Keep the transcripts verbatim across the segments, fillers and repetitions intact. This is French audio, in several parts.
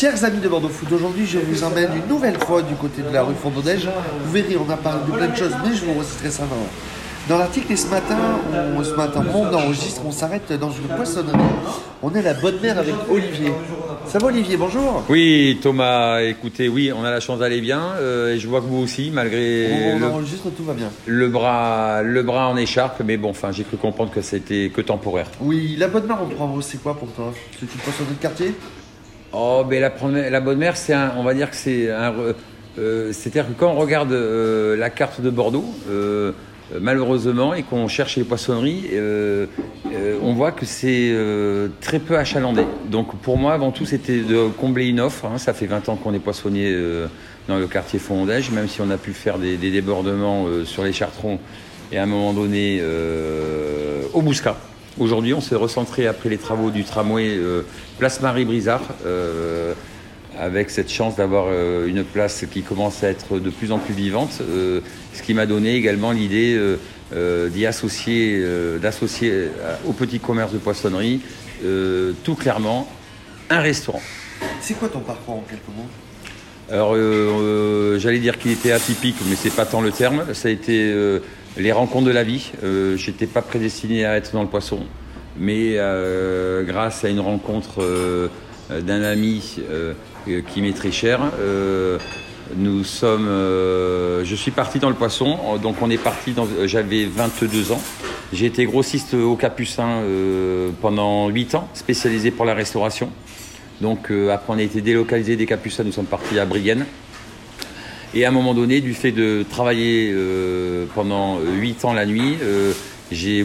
Chers amis de Bordeaux Foot, aujourd'hui je vous emmène une nouvelle fois du côté de la rue Fondonège. Vous verrez, on a parlé de plein de choses, mais je vous reciterai ça dans, dans l'article. Et ce matin, on, ce matin, on enregistre, on s'arrête dans une poissonnerie. On est à la Bonne Mère avec Olivier. Ça va Olivier, bonjour. Oui Thomas, écoutez, oui, on a la chance d'aller bien. Euh, et je vois que vous aussi, malgré on, on le, enregistre, tout va bien. Le bras, le bras en écharpe, mais bon, enfin, j'ai cru comprendre que c'était que temporaire. Oui, la Bonne Mère en trois mots, c'est quoi pour toi? C'est une poissonnerie de quartier? Oh, mais la, la Bonne Mère, c'est un, on va dire que c'est un, euh, c'est-à-dire que quand on regarde euh, la carte de Bordeaux, euh, malheureusement, et qu'on cherche les poissonneries, euh, euh, on voit que c'est euh, très peu achalandé. Donc pour moi, avant tout, c'était de combler une offre. Hein. Ça fait vingt ans qu'on est poissonnier euh, dans le quartier Fondonège, même si on a pu faire des, des débordements euh, sur les chartrons et à un moment donné euh, au Bouscat. Aujourd'hui, on s'est recentré après les travaux du tramway euh, place Marie-Brizard, euh, avec cette chance d'avoir euh, une place qui commence à être de plus en plus vivante, euh, ce qui m'a donné également l'idée euh, euh, d'y associer, euh, d'associer euh, au petit commerce de poissonnerie, euh, tout clairement, un restaurant. C'est quoi ton parcours en quelques mots? Alors, euh, euh, j'allais dire qu'il était atypique, mais c'est pas tant le terme. Ça a été euh, les rencontres de la vie. Euh, j'étais pas prédestiné à être dans le poisson, mais euh, grâce à une rencontre euh, d'un ami euh, qui m'est très cher, euh, nous sommes. Euh, je suis parti dans le poisson. Donc, on est parti. Dans, j'avais vingt-deux ans. J'ai été grossiste au Capucin euh, pendant huit ans, spécialisé pour la restauration. Donc euh, après on a été délocalisé des Capucins, nous sommes partis à Brienne. Et à un moment donné, du fait de travailler euh, pendant huit ans la nuit, euh, j'ai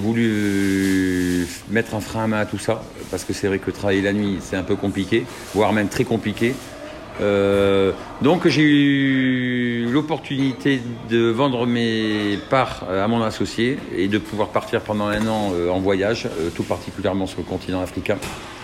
voulu mettre un frein à main à tout ça, parce que c'est vrai que travailler la nuit, c'est un peu compliqué, voire même très compliqué. Euh, donc j'ai eu l'opportunité de vendre mes parts à mon associé et de pouvoir partir pendant un an euh, en voyage, euh, tout particulièrement sur le continent africain.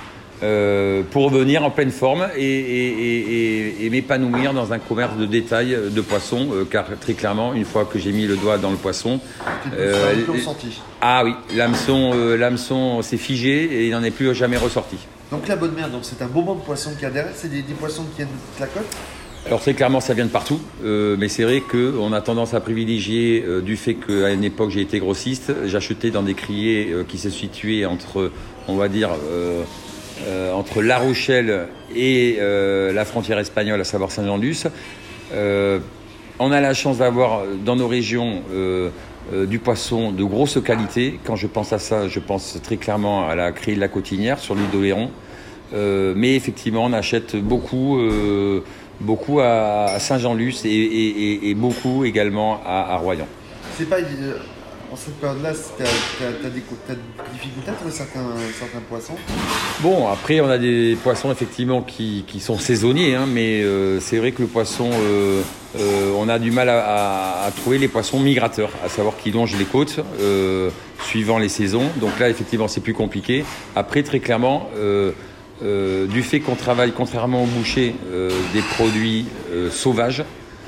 Euh, pour revenir en pleine forme et, et, et, et m'épanouir dans un commerce de détail de poissons, euh, car très clairement, une fois que j'ai mis le doigt dans le poisson, euh, euh, ah oui, l'hameçon, euh, l'hameçon s'est figé et il n'en est plus jamais ressorti. Donc la Bonne Mère, donc c'est un moment de poisson qui a derrière, c'est des, des poissons qui viennent de toute la côte? Alors très clairement, ça vient de partout, euh, mais c'est vrai qu'on a tendance à privilégier, euh, du fait qu'à une époque j'ai été grossiste, j'achetais dans des criées euh, qui se situaient entre, on va dire, euh, Euh, entre La Rochelle et euh, la frontière espagnole, à savoir Saint-Jean-de-Luz. Euh, on a la chance d'avoir dans nos régions euh, euh, du poisson de grosse qualité. Quand je pense à ça, je pense très clairement à la criée de la Cotinière sur l'île d'Oléron. Euh, mais effectivement, on achète beaucoup, euh, beaucoup à Saint-Jean-de-Luz et, et, et beaucoup également à, à Royan. C'est pas... Euh... En cette période-là, tu as des, des difficultés à trouver certains, certains poissons? Bon, après, on a des poissons effectivement qui, qui sont saisonniers, hein, mais euh, c'est vrai que le poisson, euh, euh, on a du mal à, à, à trouver les poissons migrateurs, à savoir qui longent les côtes, euh, suivant les saisons. Donc là, effectivement, c'est plus compliqué. Après, très clairement, euh, euh, du fait qu'on travaille, contrairement aux bouchers, euh, des produits euh, sauvages,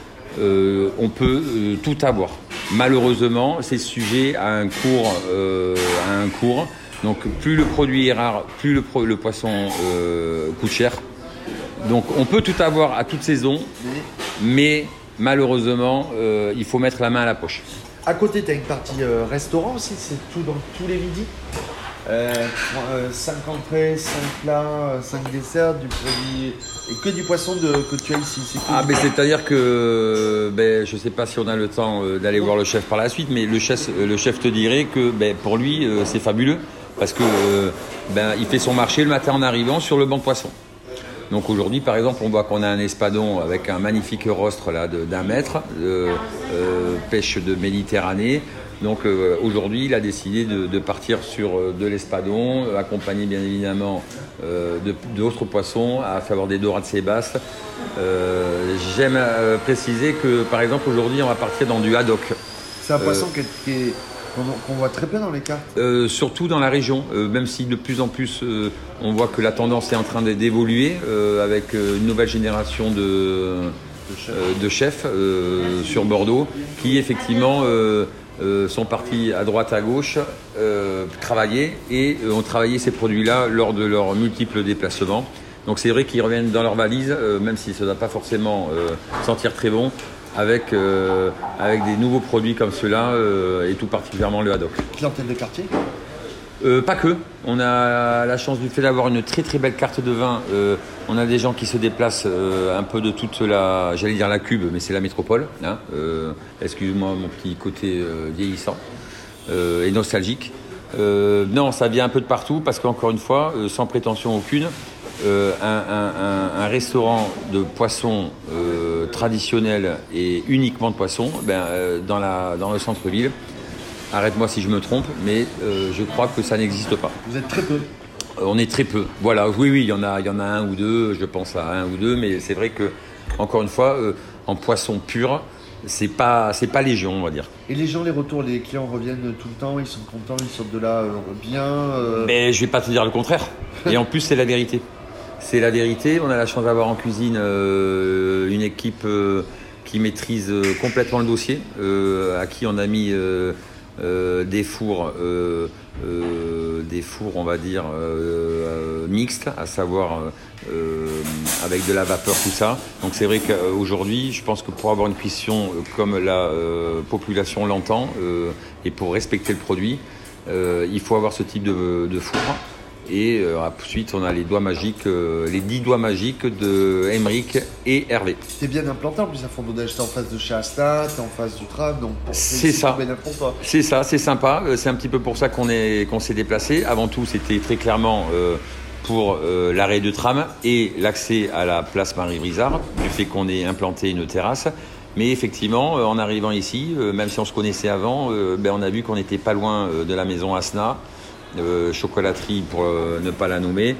euh, on peut euh, tout avoir. Malheureusement, c'est sujet à un cours, euh, à un cours. Donc, plus le produit est rare, plus le, pro- le poisson euh, coûte cher. Donc, on peut tout avoir à toute saison, mais malheureusement, euh, il faut mettre la main à la poche. À côté, tu as une partie euh, restaurant aussi, c'est tout dans tous les midis. Euh, cinq entrées, cinq plats, cinq desserts, du produit et que du poisson de, que tu as ici. C'est ah ben c'est-à-dire que ben, je ne sais pas si on a le temps d'aller voir le chef par la suite, mais le chef, le chef te dirait que ben, pour lui c'est fabuleux parce que ben, il fait son marché le matin en arrivant sur le banc de poisson. Donc aujourd'hui par exemple on voit qu'on a un espadon avec un magnifique rostre là de, d'un mètre, de, euh, pêche de Méditerranée. Donc euh, aujourd'hui, il a décidé de, de partir sur euh, de l'espadon, euh, accompagné bien évidemment euh, de, d'autres poissons, à faveur des dorades sébastes. Euh, j'aime euh, préciser que par exemple aujourd'hui, on va partir dans du haddock. C'est un poisson euh, qui est, qu'on, qu'on voit très peu dans les cartes. Euh, surtout dans la région, euh, même si de plus en plus euh, on voit que la tendance est en train d'évoluer euh, avec euh, une nouvelle génération de, de chefs, euh, de chefs euh, sur Bordeaux qui effectivement euh, Euh, sont partis à droite à gauche euh, travailler et euh, ont travaillé ces produits-là lors de leurs multiples déplacements. Donc c'est vrai qu'ils reviennent dans leur valise, euh, même si ça ne doit pas forcément euh, sentir très bon, avec, euh, avec des nouveaux produits comme ceux-là, euh, et tout particulièrement le haddock. Clientèle de quartier? Euh, pas que. On a la chance du fait d'avoir une très très belle carte de vin. Euh, on a des gens qui se déplacent euh, un peu de toute la, j'allais dire la Cube, mais c'est la métropole. Hein. Euh, excuse-moi mon petit côté euh, vieillissant euh, et nostalgique. Euh, non, ça vient un peu de partout parce qu'encore une fois, euh, sans prétention aucune, euh, un, un, un, un restaurant de poissons euh, traditionnel et uniquement de poissons, ben, euh, dans, la, dans le centre-ville. Arrête-moi si je me trompe, mais euh, je crois que ça n'existe pas. Vous êtes très peu. Euh, on est très peu. Voilà, oui, oui, il y en a, il y en a un ou deux, je pense à un ou deux, mais c'est vrai que, encore une fois, euh, en poisson pur, c'est pas, c'est pas légion, on va dire. Et les gens, les retours, les clients reviennent tout le temps, ils sont contents, ils sortent de là euh, bien. Euh... Mais je vais pas te dire le contraire. Et en plus, c'est la vérité. C'est la vérité. On a la chance d'avoir en cuisine euh, une équipe euh, qui maîtrise euh, complètement le dossier, euh, à qui on a mis euh, euh, des fours, euh, euh, des fours, on va dire euh, euh, mixtes, à savoir euh, avec de la vapeur, tout ça. Donc c'est vrai qu'aujourd'hui, je pense que pour avoir une cuisson comme la euh, population l'entend euh, et pour respecter le produit, euh, il faut avoir ce type de, de four. Et euh, ensuite, on a les doigts magiques, euh, les dix doigts magiques de Émeric et Hervé. T'es bien implanté en plus à Fondodège, t'es en face de chez Asta, t'es en face du tram, donc c'est ça. C'est ça, c'est sympa. C'est un petit peu pour ça qu'on est, qu'on s'est déplacé. Avant tout, c'était très clairement euh, pour euh, l'arrêt de tram et l'accès à la place Marie-Brizard, du fait qu'on ait implanté une terrasse. Mais effectivement, euh, en arrivant ici, euh, même si on se connaissait avant, euh, ben, on a vu qu'on n'était pas loin euh, de la maison Asna. Euh, chocolaterie pour euh, ne pas la nommer.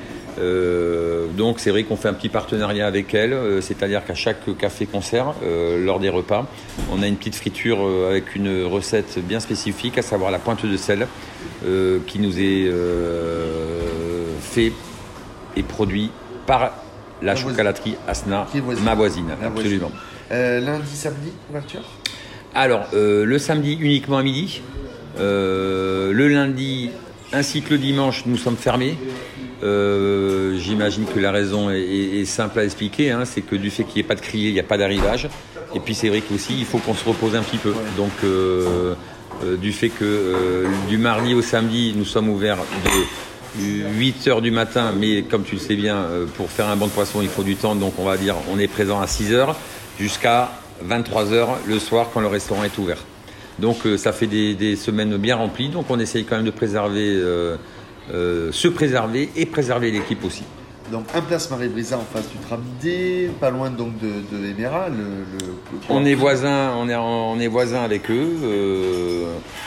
Euh, donc c'est vrai qu'on fait un petit partenariat avec elle, euh, c'est-à-dire qu'à chaque café-concert, euh, lors des repas, on a une petite friture euh, avec une recette bien spécifique, à savoir la pointe de sel, euh, qui nous est euh, fait et produit par la chocolaterie Asna, voisine. ma voisine, la absolument. Voisine. Euh, lundi, samedi, ouverture? Alors, euh, le samedi uniquement à midi, euh, le lundi ainsi que le dimanche, nous sommes fermés. Euh, j'imagine que la raison est, est, est simple à expliquer, hein, c'est que du fait qu'il n'y ait pas de criée, il n'y a pas d'arrivage. Et puis c'est vrai qu'aussi, il faut qu'on se repose un petit peu. Ouais. Donc, euh, euh, du fait que euh, du mardi au samedi, nous sommes ouverts de huit heures du matin, mais comme tu le sais bien, euh, pour faire un banc de poisson, il faut du temps. Donc, on va dire, on est présent à six heures jusqu'à vingt-trois heures le soir quand le restaurant est ouvert. Donc euh, ça fait des, des semaines bien remplies, donc on essaye quand même de préserver, euh, euh, se préserver et préserver l'équipe aussi. Donc un place Marie-Brizard en face du tram D, pas loin donc de, de Emera. Le, le, le... On est voisins, on est, on est voisins avec eux. Euh,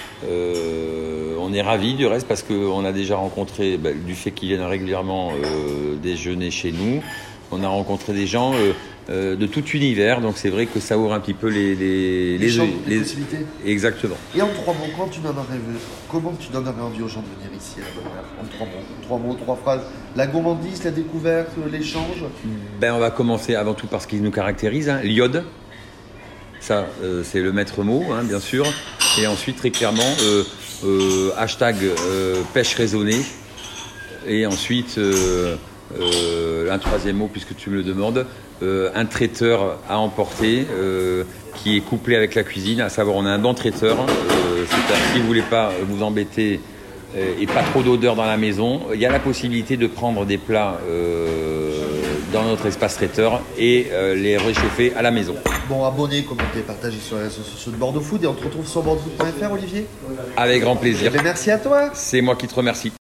euh, on est ravis du reste parce qu'on a déjà rencontré, bah, du fait qu'ils viennent régulièrement euh, déjeuner chez nous, on a rencontré des gens euh, euh, de tout univers, donc c'est vrai que ça ouvre un petit peu les les, les, les, les, les possibilités. Exactement. Et en trois mots, quand tu donnerais, comment tu donnerais envie aux gens de venir ici à la Bonne Heure? En trois mots, trois mots, trois phrases. La gourmandise, la découverte, l'échange. Ben on va commencer avant tout par ce qui nous caractérise, hein, l'iode. Ça, euh, c'est le maître mot, hein, bien sûr. Et ensuite, très clairement, euh, euh, hashtag euh, pêche raisonnée. Et ensuite. Euh, Euh, un troisième mot puisque tu me le demandes, euh, un traiteur à emporter euh, qui est couplé avec la cuisine, à savoir on a un bon traiteur, euh, c'est-à-dire si vous ne voulez pas vous embêter euh, et pas trop d'odeur dans la maison, il y a la possibilité de prendre des plats euh, dans notre espace traiteur et euh, les réchauffer à la maison. Bon, abonnez, commentez, partagez sur les réseaux sociaux de Bordeaux Food et on te retrouve sur bordeaux food point f r, Olivier. Avec grand plaisir. Et bien, merci à toi. C'est moi qui te remercie.